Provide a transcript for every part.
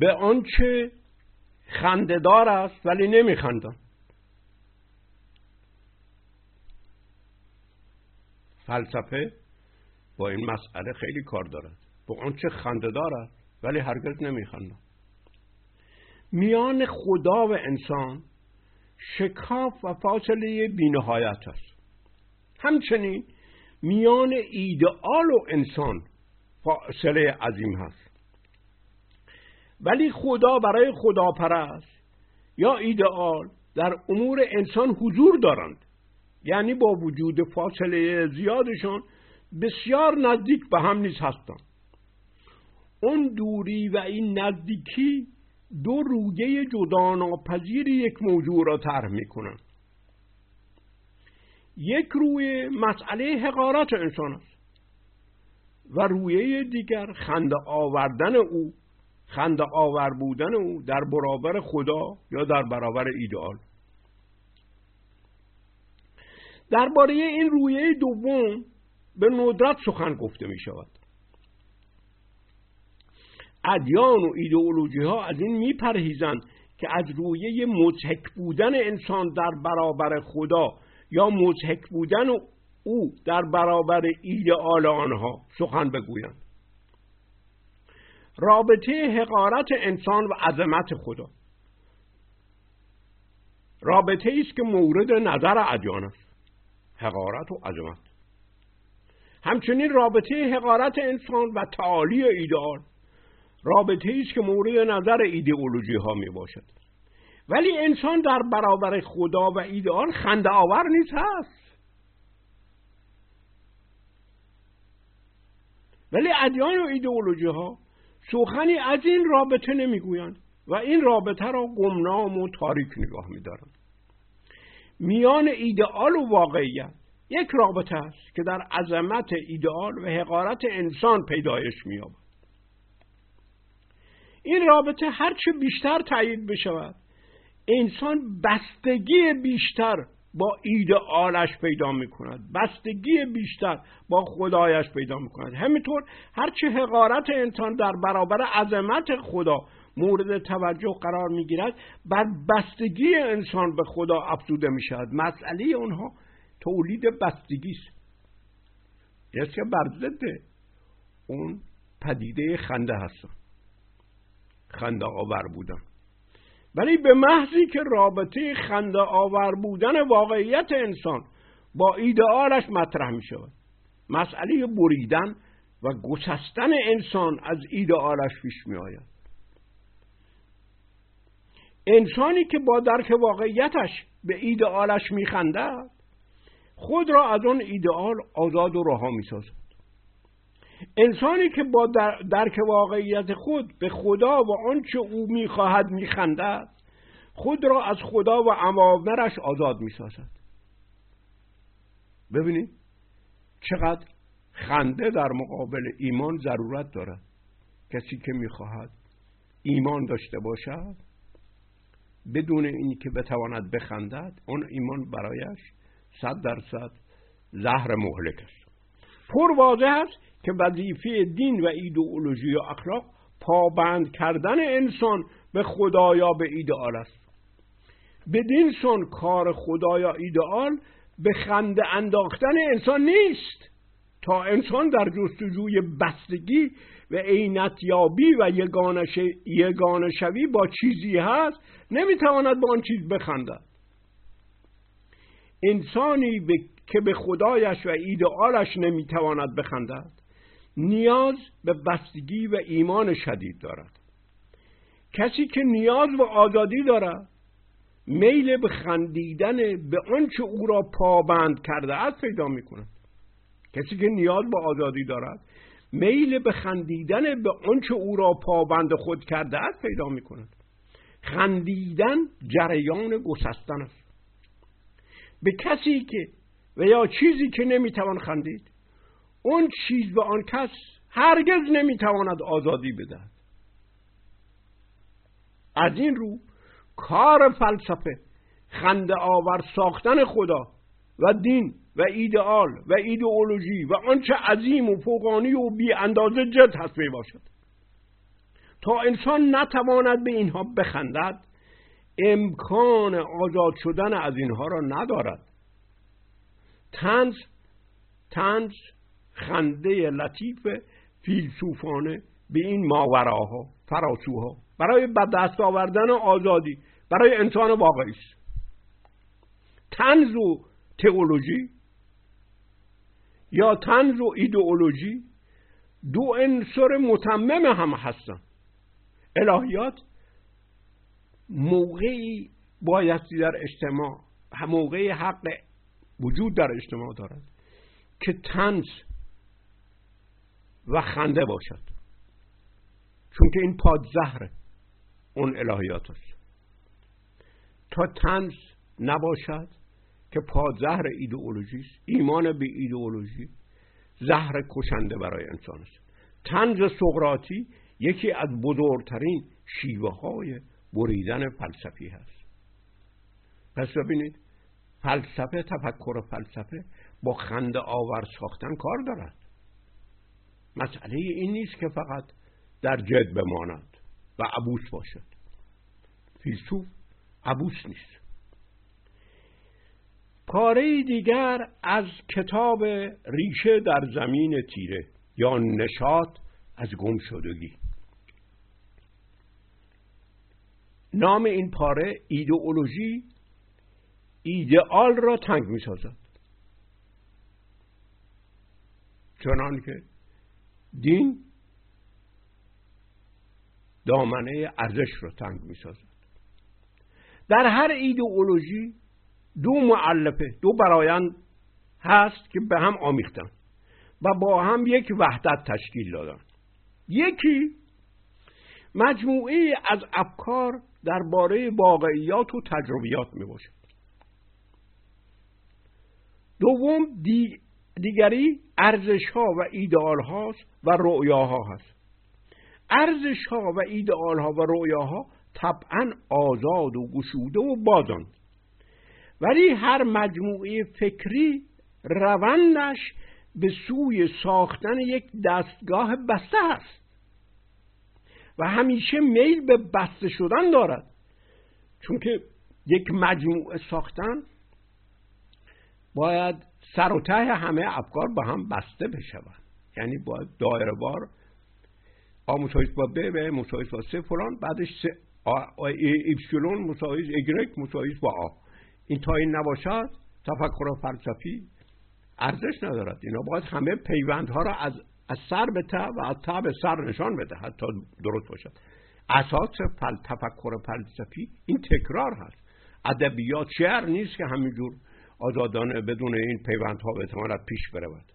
به آنچه خنده‌دار است ولی نمیخندند. فلسفه با این مسئله خیلی کار دارد. به آنچه خنده‌دار است ولی هرگز نمیخندند. میان خدا و انسان شکاف و فاصله بی‌نهایت است. همچنین میان ایدئال و انسان فاصله عظیم هست. ولی خدا برای خداپرست یا ایدئال در امور انسان حضور دارند. یعنی با وجود فاصله زیادشان بسیار نزدیک به هم نیز هستند. اون دوری و این نزدیکی دو رویه جداناپذیر یک موضوع را طرح می‌کنند. یک روی مسئله حقارت انسان است و رویه دیگر خنده آور بودن او در برابر خدا یا در برابر ایدئال. درباره این رویه دوم به ندرت سخن گفته می شود. ادیان و ایدئولوژی ها از این می پرهیزند که از رویه مضحک بودن انسان در برابر خدا یا مضحک بودن او در برابر ایدئال آنها سخن بگویند. رابطه حقارت انسان و عظمت خدا رابطه است که مورد نظر ادیان است. حقارت و عظمت. همچنین رابطه حقارت انسان و تعالی ایدئال رابطه است که مورد نظر ایدئولوژی ها می باشد. ولی انسان در برابر خدا و ایدئال خنده آور نیز هست. ولی ادیان و ایدئولوژی ها سخنی از این رابطه نمیگویند و این رابطه را گمنام و تاریک نگاه می‌دارند. میان ایدئال و واقعیت یک رابطه است که در عظمت ایدئال و حقارت انسان پیدایش می‌یابد. این رابطه هرچه بیشتر تأیید بشود، انسان بستگی بیشتر با ایدئالش پیدا می‌کند، بستگی بیشتر با خدایش پیدا می‌کند. همینطور هرچه حقارت انسان در برابر عظمت خدا مورد توجه قرار می‌گیرد، بر بستگی انسان به خدا افزوده می‌شود. مسئله اونها تولید بستگی است. یعنی بر ضد اون پدیده خنده هست. خنده آور بودن. ولی به محضی که رابطه خنده آور بودن واقعیت انسان با ایدئالش مطرح می شود، مسئله بریدن و گسستن انسان از ایدئالش پیش می آید. انسانی که با درک واقعیتش به ایدئالش می خندد، خود را از اون ایدئال آزاد و رها می سازد. انسانی که با درک واقعیت خود به خدا و آنچه او می‌خواهد می‌خندد، خود را از خدا و اوامرش آزاد می‌سازد. ببینید چقدر خنده در مقابل ایمان ضرورت دارد. کسی که می‌خواهد ایمان داشته باشد بدون اینکه بتواند بخندد، اون ایمان برایش 100% زهر مهلک است. پر واضح است که وظیفه دین و ایدئولوژی و اخلاق پابند کردن انسان به خدا یا به ایدئال است. بدین سان کار خدا یا ایدئال به خنده انداختن انسان نیست. تا انسان در جستجوی بستگی و عینتیابی و یگانه شوی با چیزی هست، نمیتواند با آن چیز بخندد. انسانی که به خدایش و ایدئالش نمیتواند بخندد، نیاز به بستگی و ایمان شدید دارد. کسی که نیاز و آزادی دارد، میل به خندیدن به آنچه او را پابند کرده است پیدا می‌کند. کسی که نیاز به آزادی دارد، میل به خندیدن به آنچه او را پابند خود کرده است پیدا می‌کند. خندیدن جریان گسستن است. به کسی که و یا چیزی که نمیتوان خندید، اون چیز به آن کس هرگز نمیتواند آزادی بدهد. از این رو کار فلسفه خنده آور ساختن خدا و دین و ایدئال و ایدئولوژی و آنچه عظیم و فوقانی و بی اندازه جد هست می باشد. تا انسان نتواند به اینها بخندد امکان آزاد شدن از اینها را ندارد. طنز خنده لطیف فیلسوفانه به این ماوراها، فراسوها برای به دست آوردن آزادی برای انسان واقعی است. طنز و تئولوژی یا طنز و ایدئولوژی دو عنصر متمم هم هستند. الهیات موقعی بایستی در اجتماع، موقعی حق وجود در اجتماع دارد که طنز و خنده باشد، چون که این پادزهر اون الهیات است. تا طنز نباشد که پادزهر ایدئولوژی است. ایمان به ایدئولوژی زهر کشنده برای انسان است. طنز سقراطی یکی از بزرگترین شیوه های بریدن فلسفی هست. پس ببینید فلسفه، تفکر فلسفه با خنده آور ساختن کار دارد. مسئله این نیست که فقط در جد بماند و عبوس باشد. فیلسوف عبوس نیست. پاره دیگر از کتاب ریشه در زمین تیره یا نشاط از گمشدگی. نام این پاره ایدئولوژی ایدئال را تنگ می سازد، چنان که دین دامنه ارزش را تنگ می سازد. در هر ایدئولوژی دو مؤلفه، دو برایند هست که به هم آمیختن و با هم یک وحدت تشکیل دادن. یکی مجموعه از افکار درباره واقعیات و تجربیات می باشد. دوم دیگری ارزش‌ها و ایدئال‌هاست و رؤیاها هست. ارزش‌ها و ایدئال‌ها و رؤیاها طبعاً آزاد و گشوده و بازند، ولی هر مجموعه فکری روندش به سوی ساختن یک دستگاه بسته است و همیشه میل به بسته شدن دارد، چون که یک مجموعه ساختن باید سر و ته همه افکار به هم بسته بشوند. یعنی باید دایره وار آ مساوی با ب، ب مساوی با س فلان، بعدش ایپسیلون مساوی ایگرگ مساوی با آ. این تا این نباشد تفکر فلسفی ارزش ندارد. اینا باید همه پیوندها را از سر به ته و از ته به سر نشان بده تا درست باشد. اساس تفکر فلسفی این تکرار هست. ادبیات شعر نیست که همینجور آزادانه بدون این پیوندها بتواند پیش برود.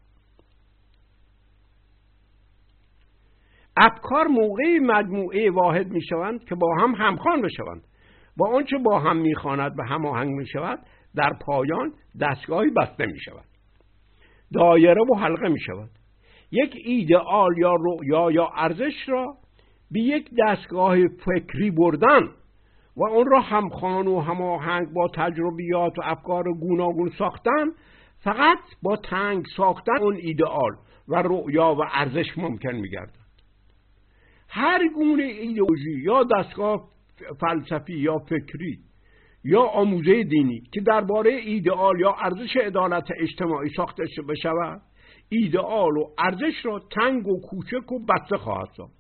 افکار موقعی مجموعه واحد می شوند که با هم همخوان بشوند. با آنچه با هم می خواند و هماهنگ می شود، در پایان دستگاهی بسته می شود. دایره و حلقه می شود. یک ایدئال یا رؤیا یا ارزش را به یک دستگاه فکری بردن و اون را همخوان و هماهنگ با تجربیات و افکار گوناگون ساختن، فقط با تنگ ساختن اون ایدئال و رؤیا و ارزش ممکن می‌گردد. هر گونه ایدئولوژی یا دستگاه فلسفی یا فکری یا آموزه دینی که درباره ایدئال یا ارزش عدالت اجتماعی ساخته بشود، ایدئال و ارزش را تنگ و کوچک و بسته خواهد ساخت.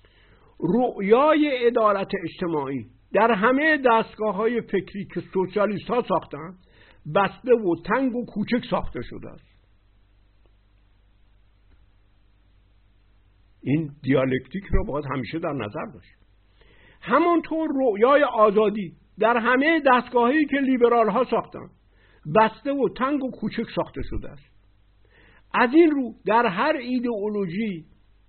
رؤیای عدالت اجتماعی در همه دستگاه‌های فکری که سوسیالیست‌ها ساختند بسته و تنگ و کوچک ساخته شده است. این دیالکتیک را باید همیشه در نظر داشت. همانطور رؤیای آزادی در همه دستگاهی که لیبرال‌ها ساختند بسته و تنگ و کوچک ساخته شده است. از این رو در هر ایدئولوژی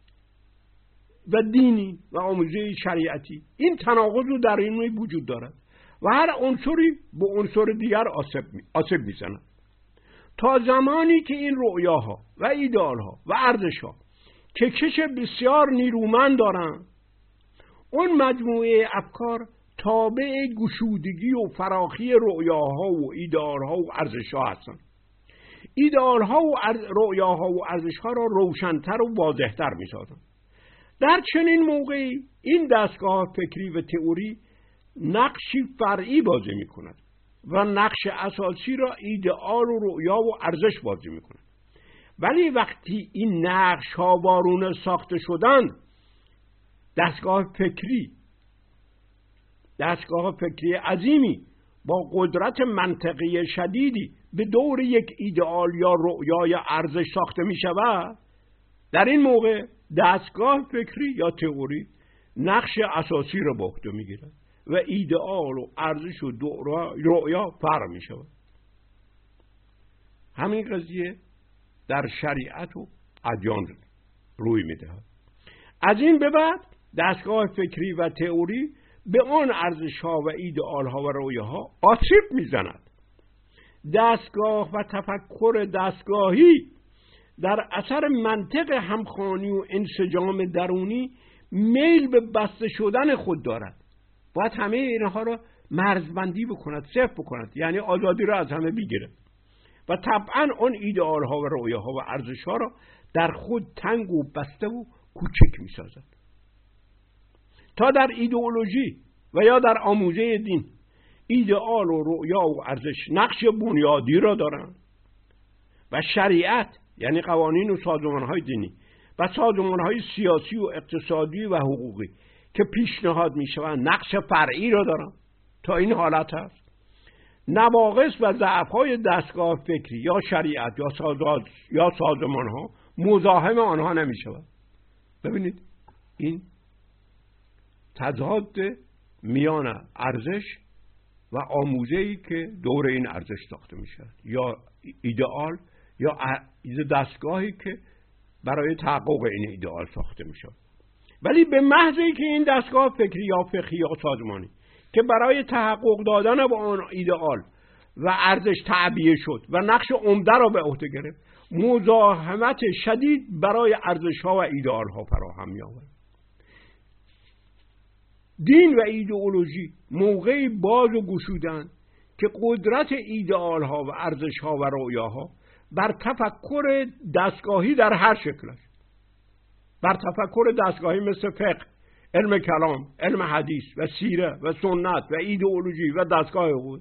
و دینی و آموزه شریعتی این تناقض رو در این وجود دارد و هر عنصری به عنصر دیگر آسیب میزند. تا زمانی که این رؤیاها و ایدئالها و ارزشها که کش بسیار نیرومند دارند، اون مجموعه افکار تابع گشودگی و فراخی رؤیاها و ایدئالها و ارزشها هستند. ایدئالها و رؤیاها و ارزشها را روشن‌تر و واضح‌تر می‌سازند. در چنین موقعی این دستگاه فکری و تئوری نقشی فرعی بازی می کند و نقش اساسی را ایدئال و رؤیا و ارزش بازی می کند. ولی وقتی این نقش ها وارونه ساخته شدند، دستگاه فکری عظیمی با قدرت منطقی شدیدی به دور یک ایدئال یا رؤیا یا ارزش ساخته می شود، در این موقع دستگاه فکری یا تئوری نقش اساسی را به عهده می گیرد و ایدئال و ارزش و رؤیا فرع می شود. همین قضیه در شریعت و ادیان روی می دهد. از این به بعد دستگاه فکری و تئوری به آن ارزش ها و ایدئال ها و رؤیه ها آسیب می زند. دستگاه و تفکر دستگاهی در اثر منطق همخوانی و انسجام درونی میل به بسته شدن خود دارد. باید همه اینها را مرزبندی بکند، صفر بکند، یعنی آزادی را از همه بگیرد و طبعا آن ایدئال ها و رؤیه ها و ارزش ها را در خود تنگ و بسته و کوچک می سازد. تا در ایدئولوژی و یا در آموزه دین ایدئال و رؤیا و ارزش نقش بنیادی را دارند و شریعت یعنی قوانین و سازمان‌های دینی و سازمان‌های سیاسی و اقتصادی و حقوقی که پیشنهاد می‌شوند نقش فرعی را دارند. تا این حالت است نواقص و ضعف‌های دستگاه فکری یا شریعت یا سازمان‌ها مزاحم آنها نمی‌شود. ببینید این تضاد میان ارزش و آموزه‌ای که دور این ارزش ساخته میشه، یا ایدئال یا دستگاهی که برای تحقق این ایدئال ساخته میشه. ولی به محض اینکه این دستگاه فکری یا فقهی یا سازمانی که برای تحقق دادن به آن ایدئال و ارزش تعبیه شد و نقش عمده را به عهده گرفت، مزاحمت شدید برای ارزش‌ها و ایدئال‌ها فراهم می‌آورد. دین و ایدئولوژی موقعی باز و گشودند که قدرت ایدئال‌ها و ارزش‌ها و رؤیاها بر تفکر دستگاهی در هر شکلش، بر تفکر دستگاهی مثل فقه، علم کلام، علم حدیث و سیره و سنت و ایدئولوژی و دستگاه حقوق،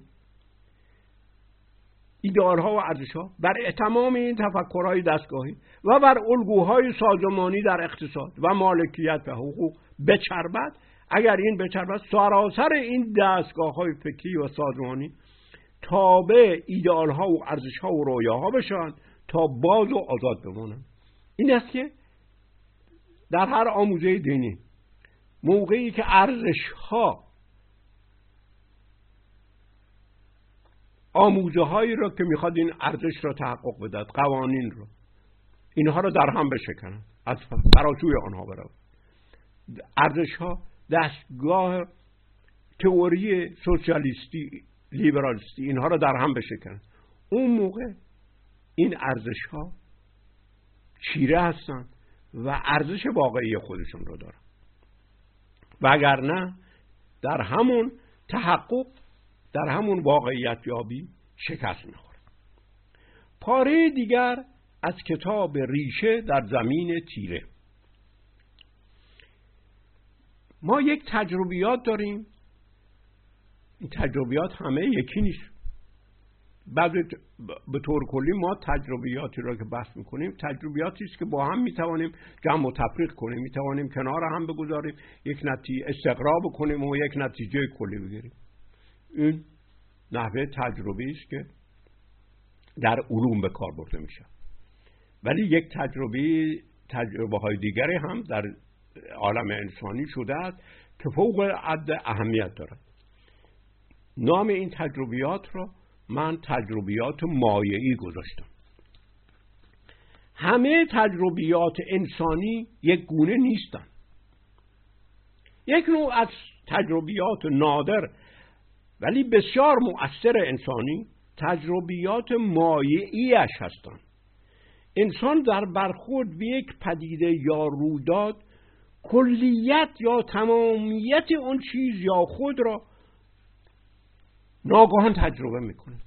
ایدئال‌ها و ارزش‌ها بر تمام این تفکرهای دستگاهی و بر الگوهای سازمانی در اقتصاد و مالکیت و حقوق بچربد. اگر این بچربد، سراسر این دستگاه‌های فکری و سازمانی تابع ایدئال‌ها و ارزش‌ها و رؤیاها بشن تا باز و آزاد بمانند. این است که در هر آموزه دینی موقعی که ارزش‌ها آموزه‌هایی را که میخواد این ارزش را تحقق بدهد، قوانین را، اینها را در هم بشکنند، از فراسوی آنها برود. ارزش‌ها دستگاه تئوری سوسیالیستی، لیبرالیستی، اینها را در هم بشکنند. اون موقع این ارزش‌ها چیره هستند و ارزش واقعی خودشون رو دارن، وگرنه در همون تحقق، در همون واقعیت یابی شکست میخوره. پاره دیگر از کتاب ریشه در زمین تیره. ما یک تجربیات داریم. این تجربیات همه یکی نیست. بعضی به طور کلی ما تجربیاتی را که بحث میکنیم تجربیاتی است که با هم میتوانیم جمع و تفریق کنیم، میتوانیم کنار هم بگذاریم، یک نتیجه استقرا بکنیم و یک نتیجه کلی بگیریم. این نحوه تجربی است که در علوم به کار برده میشه. ولی یک تجربه های دیگری هم در عالم انسانی شده است که فوق العاده اهمیت دارد. نام این تجربیات را من تجربیات مایعی گذاشتم. همه تجربیات انسانی یک گونه نیستند. یک نوع از تجربیات نادر ولی بسیار مؤثر انسانی تجربیات مایعیش هستند. انسان در برخورد به یک پدیده یا رویداد کلیت یا تمامیت اون چیز یا خود را ناگهان تجربه میکنه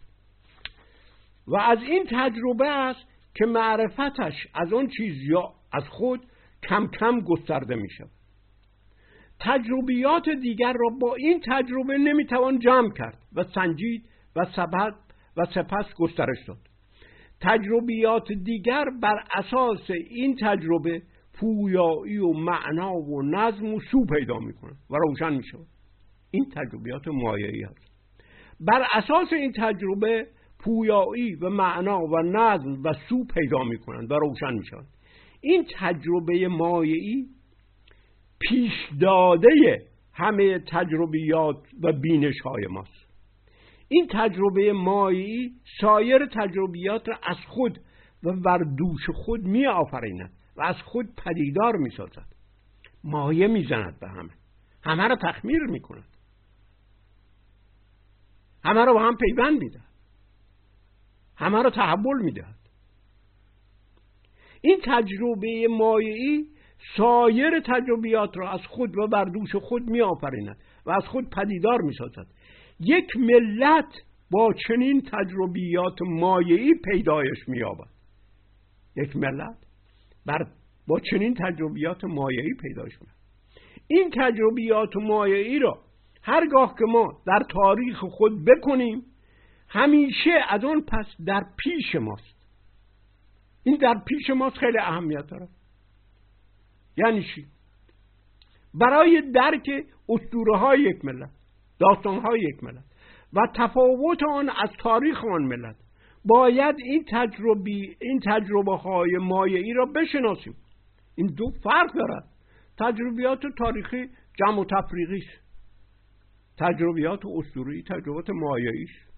و از این تجربه است که معرفتش از اون چیز یا از خود کم کم گسترده می شود. تجربیات دیگر را با این تجربه نمیتوان جمع کرد و سنجید و سپس گسترش داد. تجربیات دیگر بر اساس این تجربه پویایی و معنا و نظم و سو پیدا میکنند و روشن میشود. این تجربیات مایعی هست. بر اساس این تجربه پویایی و معنا و نظم و سو پیدا میکنند و روشن میشود. این تجربه مایعی پیش داده همه تجربیات و بینش های ماست. این تجربه مایعی سایر تجربیات را از خود و بر دوش خود می آفریند و از خود پدیدار می سازد. مایه می زند به همه را تخمیر می کند، همه را با هم پیوند می دهد، همه را تحول می دهد. این تجربه مایعی سایر تجربیات را از خود و بر دوش خود می آفریند و از خود پدیدار می سازد. یک ملت با چنین تجربیات مایعی پیدایش می یابد. یک ملت با چنین تجربیات مایعی پیدایش می یابد. این تجربیات مایعی را هرگاه که ما در تاریخ خود بکنیم همیشه از آن پس در پیش ماست. این در پیش ماست خیلی اهمیت داره. یعنی چی؟ برای درک اسطوره‌های یک ملت، داستان‌های یک ملت و تفاوت آن از تاریخ آن ملت باید این تجربه‌های مایعی را بشناسیم. این دو فرق دارد. تجربیات تاریخی جمع و تفریقی است. تجربیات اسطوره‌ای تجربیات مایعی است.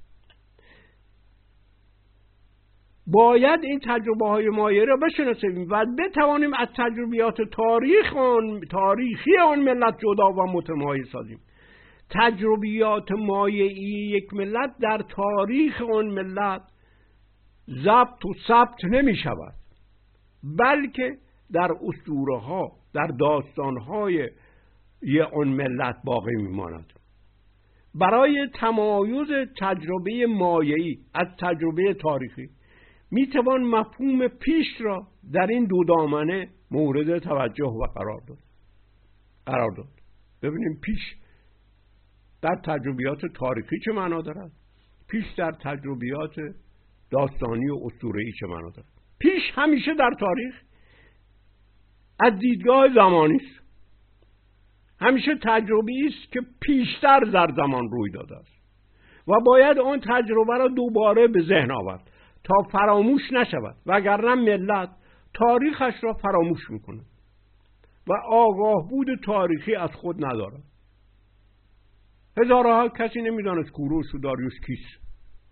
باید این تجربه‌های مایعی را بشناسیم و بتوانیم از تجربیات تاریخی آن ملت جدا و متمایز سازیم. تجربیات مایعی یک ملت در تاریخ آن ملت ضبط و ثبت نمی شود، بلکه در اسطوره‌ها، در داستان‌های آن ملت باقی می‌ماند. برای تمایز تجربه مایعی از تجربه تاریخی میتوان مفهوم پیش را در این دو دامنه مورد توجه و قرار داد. ببینیم پیش در تجربیات تاریخی چه معنا دارد، پیش در تجربیات داستانی و اسطوره‌ای چه معنا دارد. پیش همیشه در تاریخ از دیدگاه زمانی است. همیشه تجربی است که پیشتر در زمان روی داده است و باید آن تجربه را دوباره به ذهن آورد تا فراموش نشود، وگرنه ملت تاریخش را فراموش میکنه و آگاه بود تاریخی از خود ندارد. هزارها کسی نمیدانست کوروش و داریوش کیست،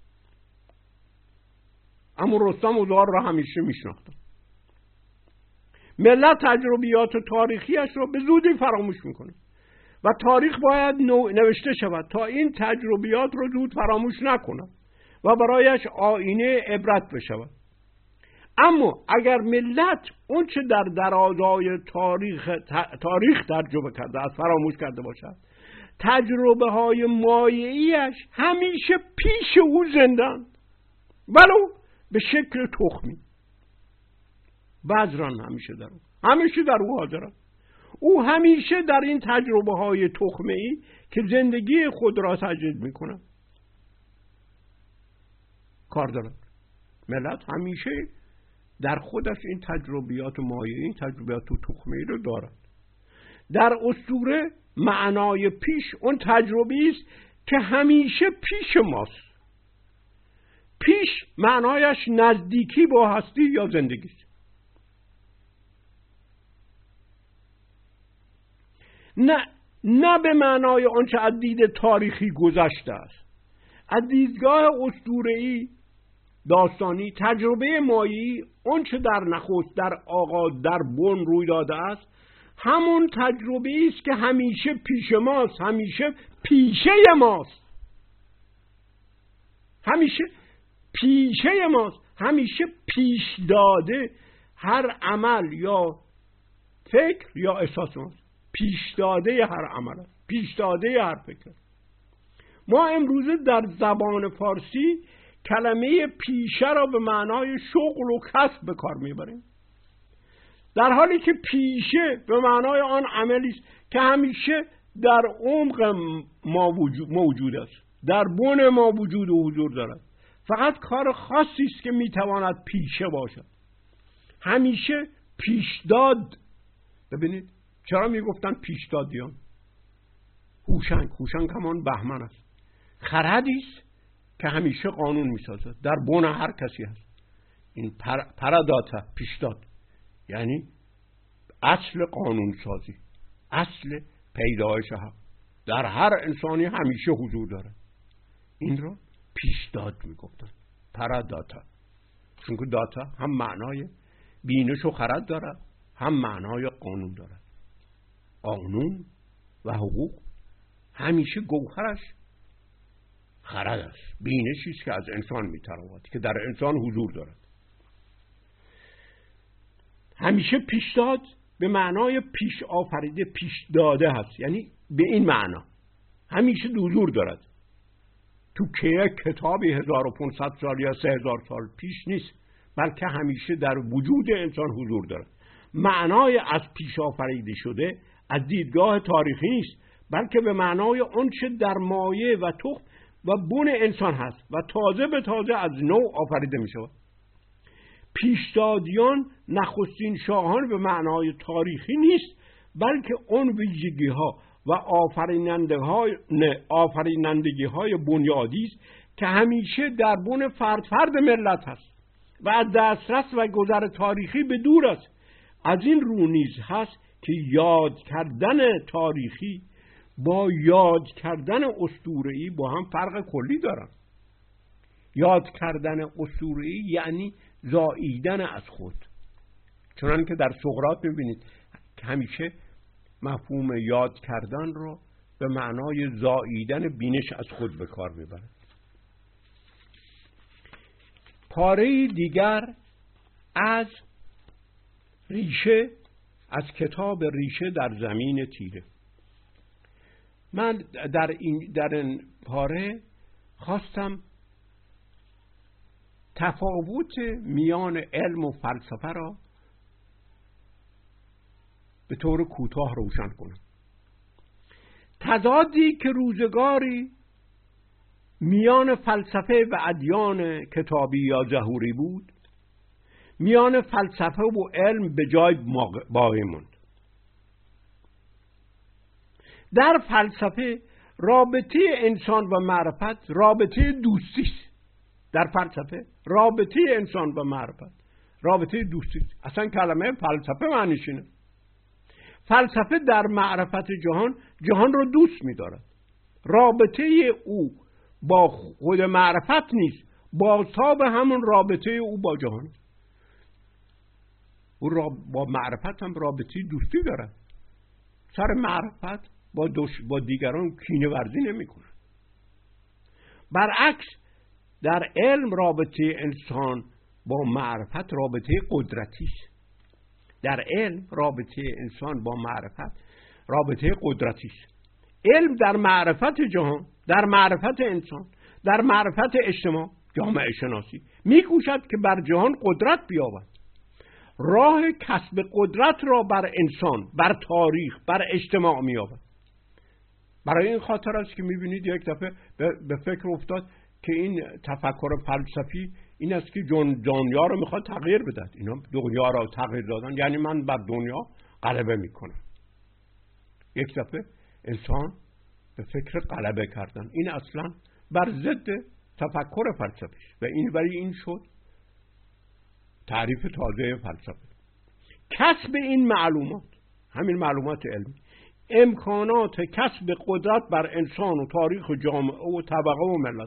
اما رستم و زال را همیشه میشناختن. ملت تجربیات تاریخیش را به زودی فراموش میکنه و تاریخ باید نوشته شود تا این تجربیات را زود فراموش نکند و برایش آینه عبرت بشود. اما اگر ملت اونچه در درازای تاریخ تجربه کرده از فراموش کرده باشد، تجربه های مایعیش همیشه پیش او زندند، ولو به شکل تخمی. بذران همیشه در او حاضرند. او همیشه در این تجربه های تخمی که زندگی خود را تجدید می کند کار دارد. ملت همیشه در خودش این تجربیات مایعی، این تجربیات تخمی رو دارد. در اسطوره معنای پیش اون تجربی است که همیشه پیش ماست. پیش معنایش نزدیکی با هستی یا زندگی است. نه به معنای آنچه از دید تاریخی گذشته است. از دیدگاه اسطوره‌ای داستانی تجربه مایعی آنچه در نخست، در آغاز، در بن روی داده است همون تجربه است که همیشه پیش ماست، همیشه پیشه ماست، همیشه پیشه ماست، همیشه پیش داده هر عمل یا فکر یا احساس ماست. پیش داده هر عمل است، پیش داده هر فکر. ما امروزه در زبان فارسی کلمه پیشه را به معنای شغل و کسب به کار میبریم. در حالی که پیشه به معنای آن عملی است که همیشه در عمق ما موجود است، در بن ما وجود و حضور دارد. فقط کار خاصی است که میتواند پیشه باشد. همیشه پیشداد. ببینید چرا میگفتن پیشدادیان؟ هوشنگ همان بهمن است. خردی است که همیشه قانون میسازد، در بن هر کسی هست. این پراداتا، پیشداد، یعنی اصل قانون سازی، اصل پیدایش حق در هر انسانی همیشه حضور دارد. این را پیشداد میگفتن، پراداتا. چون که داتا هم معنای بینش و خرد دارد، هم معنای قانون دارد. قانون و حقوق همیشه گوهرش خرد است، بینشی است که از انسان میتراود، که در انسان حضور دارد. همیشه پیشداد به معنای پیش آفریده، پیش داده هست، یعنی به این معنا همیشه حضور دارد. تو که کتابی 1500 سال یا 3000 سال پیش نیست، بلکه همیشه در وجود انسان حضور دارد. معنای از پیش آفریده شده از دیدگاه تاریخی نیست، بلکه به معنای آنچه در مایه و تخم و بن انسان هست و تازه به تازه از نو آفریده می شود. پیشدادیان نخستین شاهان به معنای تاریخی نیست، بلکه اون ویژگی ها و آفرینندگی های بنیادی است که همیشه در بن فرد ملت هست و از دسترس و گذر تاریخی به دور است. از این رو نیز هست که یاد کردن تاریخی با یاد کردن اسطوره‌ای با هم فرق کلی دارند. یاد کردن اسطوره‌ای یعنی زاییدن از خود، چنان که در سقراط می‌بینید که همیشه مفهوم یاد کردن رو به معنای زاییدن بینش از خود به کار می‌برد. پاره دیگر از ریشه، از کتاب ریشه در زمین تیره. من در این پاره خواستم تفاوت میان علم و فلسفه را به طور کوتاه روشن کنم. تضادی که روزگاری میان فلسفه و ادیان کتابی یا ظهوری بود، میان فلسفه و علم به جای باقی ماند. در فلسفه رابطه انسان و معرفت رابطه دوستی است. در فلسفه رابطه انسان و معرفت رابطه دوستی است. اصلا کلمه فلسفه معنیش اینه. فلسفه در معرفت جهان رو دوست می‌دارد. رابطه او با خود معرفت نیست، بازتاب همون رابطه او با جهان. او با معرفت هم رابطه دوستی دارد. سر معرفت با دیگران کینه ورزی نمی کنه. برعکس در علم رابطه انسان با معرفت رابطه قدرتی است. در علم رابطه انسان با معرفت رابطه قدرتی است. علم در معرفت جهان، در معرفت انسان، در معرفت اجتماع، جامعه شناسی می‌کوشد که بر جهان قدرت بیابد. راه کسب قدرت را بر انسان، بر تاریخ، بر اجتماع می‌یابد. برای این خاطر است که می‌بینید یک دفعه به فکر افتاد که این تفکر فلسفی این است که دنیا رو می‌خواد تغییر بدهد. اینا دنیا را تغییر دادن یعنی من بر دنیا غلبه می‌کنم. یک دفعه انسان به فکر غلبه کردن، این اصلا بر ضد تفکر فلسفی است و این برای این شد تعریف تازه فلسفه. کسب این معلومات، همین معلومات علمی، امکانات کسب قدرت بر انسان و تاریخ جامعه و طبقه و ملت،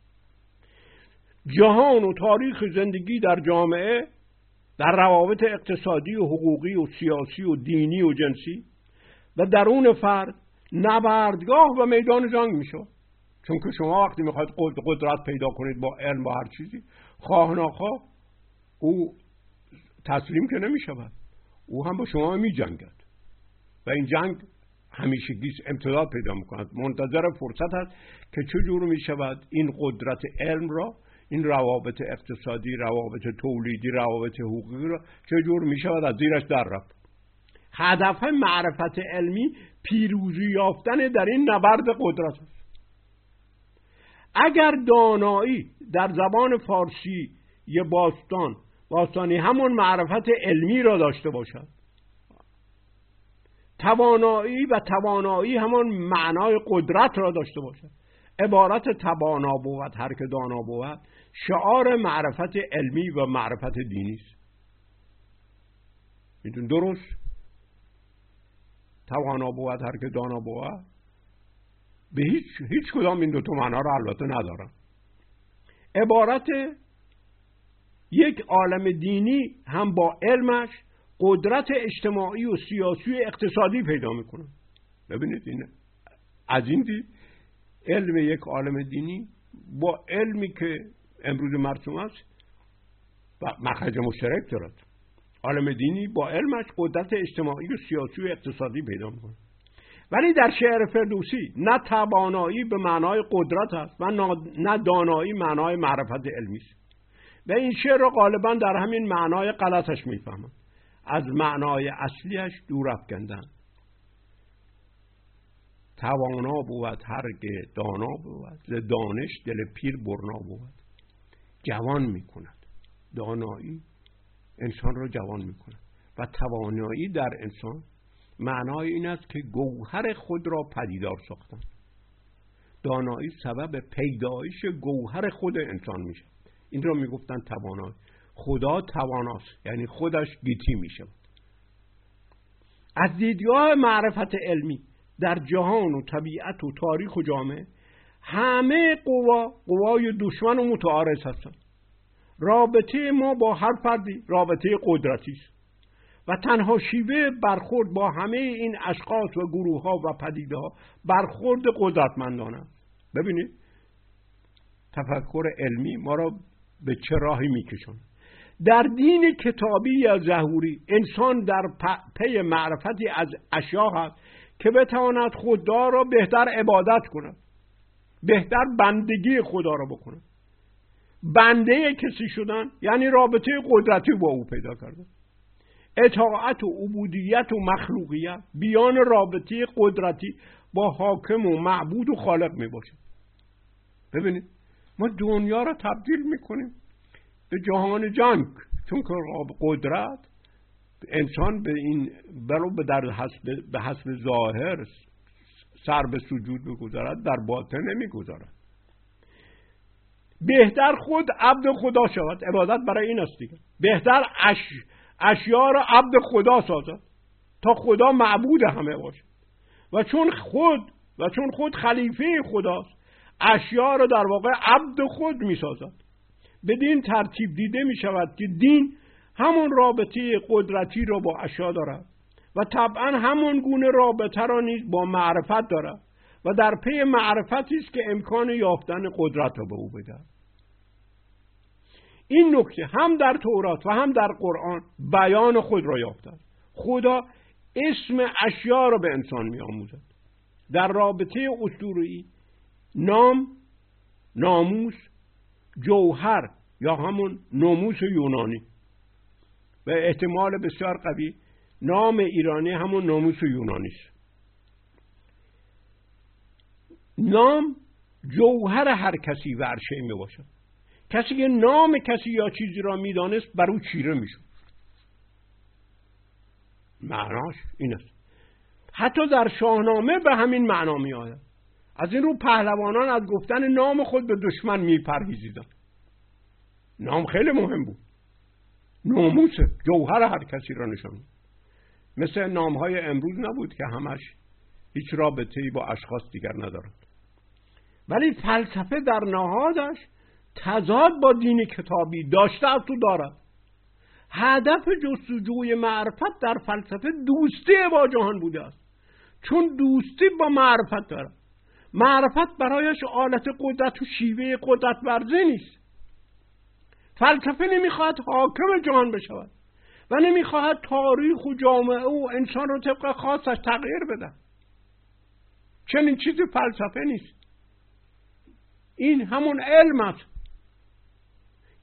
جهان و تاریخ زندگی در جامعه، در روابط اقتصادی و حقوقی و سیاسی و دینی و جنسی و درون فرد نبردگاه و میدان جنگ میشه. چون که شما وقتی میخواید قدرت پیدا کنید با علم و هر چیزی، خواه ناخواه او تسلیم که نمیشود، او هم با شما میجنگد و این جنگ همیشگی امتداد پیدا میکند. منتظر فرصت است که چجور میشود این قدرت علم را این روابط اقتصادی، روابط تولیدی، روابط حقوقی رو چجور می شود از زیرش در رفت. هدف معرفت علمی پیروزی یافتن در این نبرد قدرت است. اگر دانایی در زبان فارسی باستانی همون معرفت علمی را داشته باشد، توانایی همون معنای قدرت را داشته باشد، عبارت توانا بود هر که دانا بود شعار معرفت علمی و معرفت دینی است. میدون درست؟ توانا بود هر که دانا بود به هیچ کدام این دو تا معنا را البته ندارن. عبارت یک عالم دینی هم با علمش قدرت اجتماعی و سیاسی و اقتصادی پیدا میکنه. ببینید اینه از این دید علم یک عالم دینی با علمی که امروز مرسوم است و مخرج مشترک دارد. عالم دینی با علمش قدرت اجتماعی و سیاسی و اقتصادی پیدا میکنه. ولی در شعر فردوسی نه توانایی به معنای قدرت است و نه دانایی معنای معرفت علمی است. و این شعر را غالبا در همین معنای غلطش میفهمند، از معنای اصلیش دور افکندن. توانا بود هر که دانا بود، ز دانش دل پیر برنا بود. جوان میکند دانایی، انسان را جوان میکند و توانایی در انسان معنای این است که گوهر خود را پدیدار ساختن. دانایی سبب پیدایش گوهر خود انسان میشه. این را میگفتن توانایی. خدا تواناست، یعنی خودش گیتی میشه. از دیدگاه معرفت علمی در جهان و طبیعت و تاریخ و جامعه همه قوای دشمن و متعارض هستند. رابطه ما با هر فردی رابطه قدرتی است و تنها شیوه برخورد با همه این اشخاص و گروه ها و پدیده ها برخورد قدرتمندانه است. ببینید تفکر علمی ما را به چه راهی میکشونه. در دین کتابی یا ظهوری انسان در پی معرفتی از اشیا هست که بتواند خدا را بهتر عبادت کند، بهتر بندگی خدا را بکند. بنده کسی شدن یعنی رابطه قدرتی با او پیدا کردن. اطاعت و عبودیت و مخلوقیت بیان رابطه قدرتی با حاکم و معبود و خالق می باشه. ببینید ما دنیا را تبدیل میکنیم به جهان جنگ، چون که قدرت انسان به این به حسب ظاهر سر به سجود میگذارد، در باطن نمیگذارد. بهتر خود عبد خدا شود. عبادت برای این است دیگه. بهتر اشیا را عبد خدا سازد تا خدا معبود همه باشد. و چون خود خلیفه خداست، اشیا را در واقع عبد خود می سازد. بدین ترتیب دیده می شود که دین همون رابطه قدرتی را با اشیا دارد و طبعا همون گونه رابطه را نیز با معرفت دارد و در پی معرفتی است که امکان یافتن قدرت را به او بدهد. این نکته هم در تورات و هم در قرآن بیان خود را یافته است. خدا اسم اشیا را به انسان می آموزد. در رابطه اسطوره‌ای نام، ناموس، جوهر یا همون ناموس یونانی و احتمال بسیار قوی نام ایرانی همون ناموس یونانی است. نام جوهر هر کسی و هر شیء می باشد. کسی که نام کسی یا چیزی را می دانست بر او چیره می شد. معناش این است. حتی در شاهنامه به همین معنا می آید. از این رو پهلوانان از گفتن نام خود به دشمن می پرهیزیدند. نام خیلی مهم بود. ناموس جوهر هر کسی را نشان می‌داد. مثل نام‌های امروز نبود که همش هیچ رابطه‌ای با اشخاص دیگر ندارد. ولی فلسفه در نهادش تضاد با دین کتابی داشته است و دارد. هدف جستجوی معرفت در فلسفه دوستی با جهان بوده است، چون دوستی با معرفت دارد. معرفت برایش آلت قدرت و شیوه قدرت ورزی نیست. فلسفه نمیخواهد حاکم جهان بشود و نمیخواهد تاریخ و جامعه و انسان رو طبق خاصش تغییر بده. چنین چیزی فلسفه نیست. این همون علم است.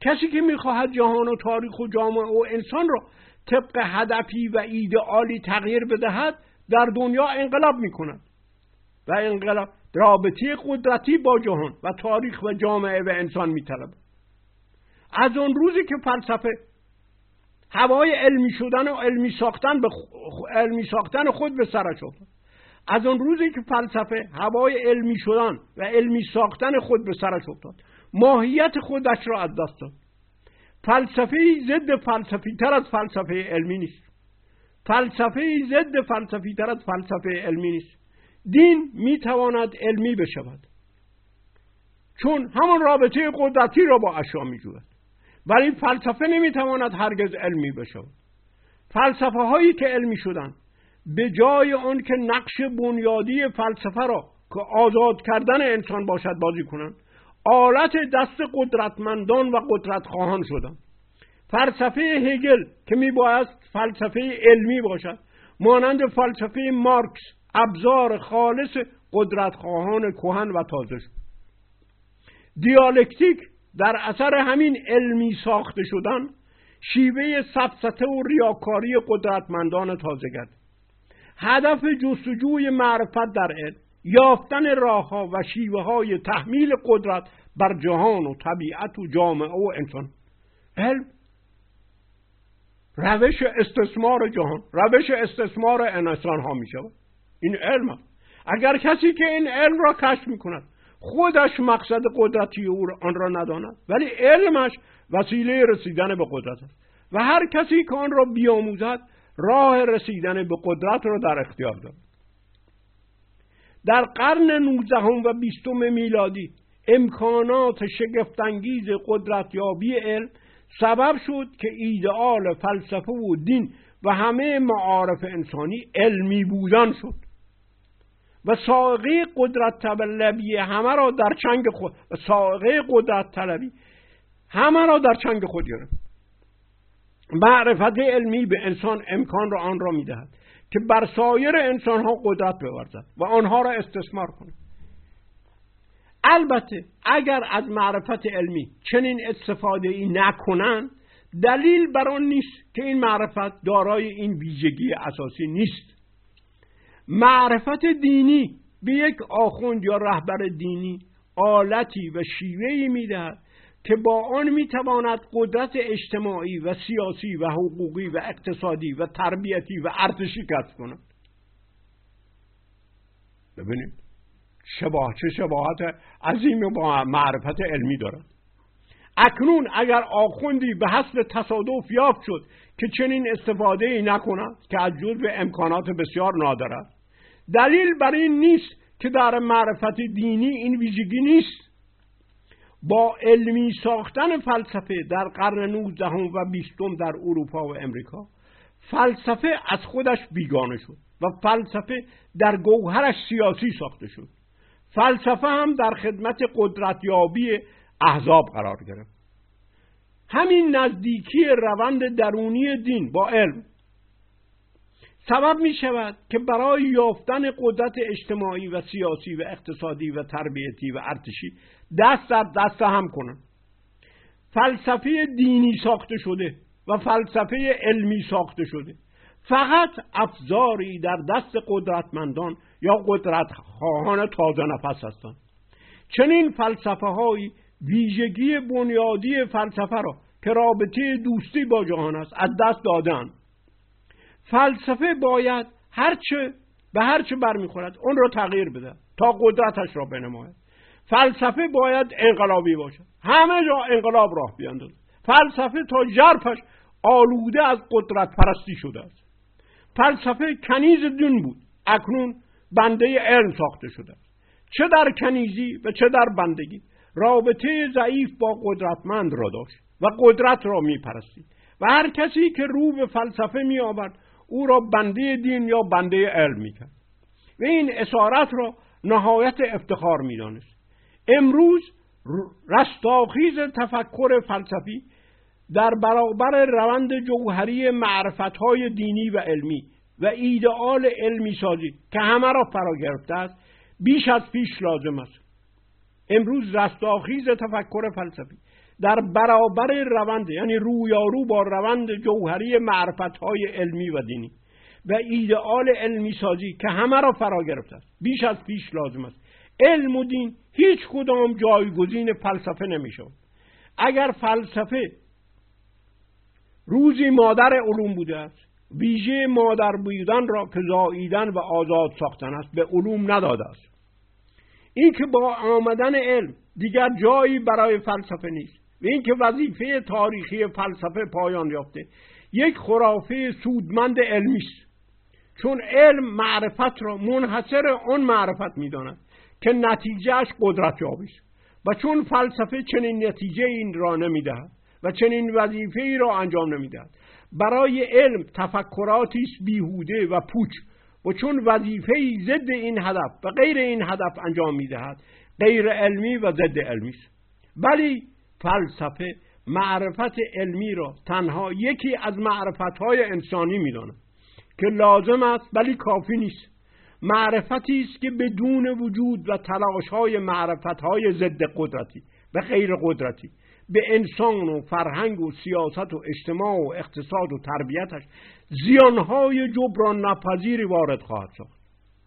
کسی که میخواهد جهان و تاریخ و جامعه و انسان را طبق هدفی و ایدئالی تغییر بدهد در دنیا انقلاب میکند و انقلاب رابطه قدرتی با جهان و تاریخ و جامعه و انسان میطلبد. از اون روزی که فلسفه هوای علمی شدن و علمی ساختن خود به سرش افتاد، از اون روزی که فلسفه هوای علمی شدن و علمی ساختن خود به سرش افتاد، ماهیت خودش را از دست داد. فلسفه‌ای ضد فلسفی تر از فلسفه علمی نیست. فلسفه‌ای ضد فلسفی تر از فلسفه علمی نیست. دین میتواند علمی بشود چون همان رابطه قدرتی را با اشیا میجوید، ولی فلسفه نمیتواند هرگز علمی بشود. فلسفه هایی که علمی شدن به جای آن که نقش بنیادی فلسفه را که آزاد کردن انسان باشد بازی کنند، آلت دست قدرتمندان و قدرتخواهان شدند. فلسفه هگل که میباید فلسفه علمی باشد، مانند فلسفه مارکس ابزار خالص قدرتخواهان کهن و تازه شد. دیالکتیک در اثر همین علمی ساخته شدن شیوه سفسطه و ریاکاری قدرتمندان تازه گرد. هدف جستجوی معرفت در علم یافتن راه‌ها و شیوه‌های تحمیل قدرت بر جهان و طبیعت و جامعه و انسان. علم روش استثمار جهان، روش استثمار انسان ها می شود. این علم است. اگر کسی که این علم را کشف می کند خودش مقصد قدرتی او آن را نداند، ولی علمش وسیله رسیدن به قدرت است و هر کسی که آن را بیاموزد راه رسیدن به قدرت را در اختیار دارد. در قرن 19 و 20 میلادی امکانات شگفت‌انگیز قدرتیابی علم سبب شد که ایدئال فلسفه و دین و همه معارف انسانی علمی بودن شد و سائقه قدرت طلبی همه را در چنگ خود گرفت. معرفت علمی به انسان امکان را آن را می‌دهد که بر سایر انسان‌ها قدرت بورزد و آنها را استثمار کند. البته اگر از معرفت علمی چنین استفاده‌ای نکنند، دلیل بر آن نیست که این معرفت دارای این ویژگی اساسی نیست. معرفت دینی به یک آخوند یا رهبر دینی آلتی و شیوه‌ای می‌دهد که با آن می‌تواند قدرت اجتماعی و سیاسی و حقوقی و اقتصادی و تربیتی و ارتشی کسب کند. ببینید چه شباهت عظیمی با معرفت علمی دارد. اکنون اگر آخوندی به حسب تصادف یافت شد که چنین استفاده‌ای نکند که از جزو امکانات بسیار نادر است، دلیل بر این نیست که در معرفت دینی این ویژگی نیست. با علمی ساختن فلسفه در قرن 19 و 20 در اروپا و امریکا، فلسفه از خودش بیگانه شد و فلسفه در گوهرش سیاسی ساخته شد. فلسفه هم در خدمت قدرتیابی احزاب قرار گرفت. همین نزدیکی روند درونی دین با علم سبب می شود که برای یافتن قدرت اجتماعی و سیاسی و اقتصادی و تربیتی و ارتشی دست در دست هم کنند. فلسفه دینی ساخته شده و فلسفه علمی ساخته شده فقط افزاری در دست قدرتمندان یا قدرتخواهان تازه نفس هستند. چنین فلسفه های ویژگی بنیادی فلسفه را که رابطه دوستی با جهان است از دست دادند. فلسفه باید به هرچه برمیخورد اون را تغییر بده تا قدرتش را بنماید. فلسفه باید انقلابی باشد، همه جا انقلاب راه بیاندازد. فلسفه تا ژرفش آلوده از قدرت پرستی شده است. فلسفه کنیز دین بود، اکنون بنده علم ساخته شده است. چه در کنیزی و چه در بندگی رابطه ضعیف با قدرتمند را داشت و قدرت را می پرستید و هر کسی که رو به فلسفه می آورد او را بنده دین یا بنده علم می کرد و این اسارت را نهایت افتخار می دانست. امروز رستاخیز تفکر فلسفی در برابر روند جوهری معرفت‌های دینی و علمی و ایدئال علمی سازی که همه را فرا گرفته است بیش از پیش لازم است. امروز رستاخیز تفکر فلسفی در برابر روند، یعنی رویارو با روند جوهری معرفت‌های علمی و دینی و ایدئال علمی سازی که همه را فرا گرفته است، بیش از پیش لازم است. علم و دین هیچ کدام جایگزین فلسفه نمی‌شود. اگر فلسفه روزی مادر علوم بوده است، ویژه مادر بودن را که زاییدن و آزاد ساختن است به علوم نداده است. این که با آمدن علم دیگر جایی برای فلسفه نیست و این که وظیفه تاریخی فلسفه پایان یافته، یک خرافه سودمند علمی است، چون علم معرفت را منحصر آن معرفت می‌داند که نتیجهش قدرت یابی است و چون فلسفه چنین نتیجه این را نمی‌دهد و چنین وظیفه‌ای را انجام نمی‌دهد، برای علم تفکراتی است بیهوده و پوچ و چون وظیفه‌ای ضد این هدف و غیر این هدف انجام می‌دهد، غیر علمی و ضد علمی است. ولی فلسفه معرفت علمی را تنها یکی از معرفت‌های انسانی می‌داند که لازم است ولی کافی نیست. معرفتی است که بدون وجود و تلاش‌های معرفت‌های ضد قدرتی و غیر قدرتی به انسان و فرهنگ و سیاست و اجتماع و اقتصاد و تربیتش زیانهای جبران ناپذیری وارد خواهد ساخت.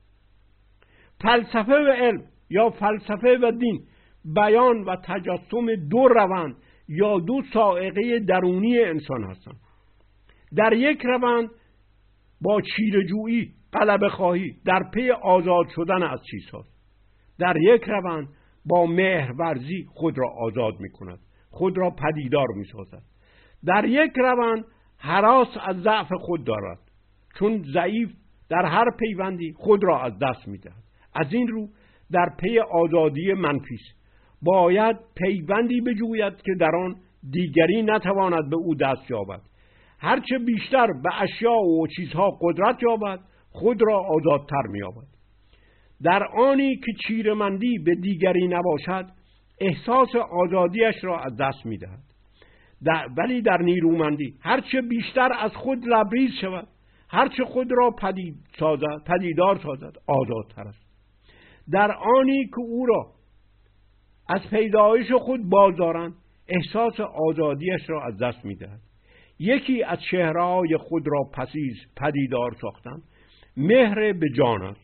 فلسفه و علم یا فلسفه و دین بیان و تجسم دو روند یا دو صاعقه درونی انسان هستند. در یک روند با چیره‌جویی، غلبه خواهی در پی آزاد شدن از چیزهاست. در یک روند با مهرورزی خود را آزاد می کند، خود را پدیدار می سازد. در یک روند هراس از ضعف خود دارد، چون ضعیف در هر پیوندی خود را از دست می دهد. از این رو در پی آزادی منفی است. باید پیوندی بجوید که در آن دیگری نتواند به او دست یابد. هرچه بیشتر به اشیاء و چیزها قدرت یابد، خود را آزادتر می یابد. در آنی که چیره‌مندی به دیگری نباشد، احساس آزادیش را از دست می دهد. ولی در نیرومندی هرچه بیشتر از خود لبریز شود، هرچه خود را پدیدار سازد، آزادتر است. در آنی که او را از پیدایش خود بازدارند، احساس آزادیش را از دست می دهد. یکی از چهره‌های خود را پدیدار ساختن مهر به جان است.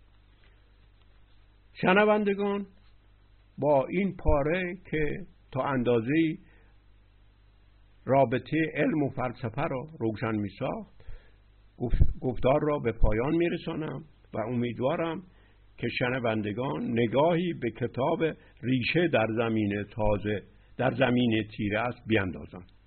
شنوندگان، با این پاره که تا اندازه‌ای رابطه علم و فلسفه را روشن می ساخت، گفتار را به پایان می رسانم و امیدوارم که شنوندگان نگاهی به کتاب ریشه در زمین تازه در زمین تیره است بیندازند.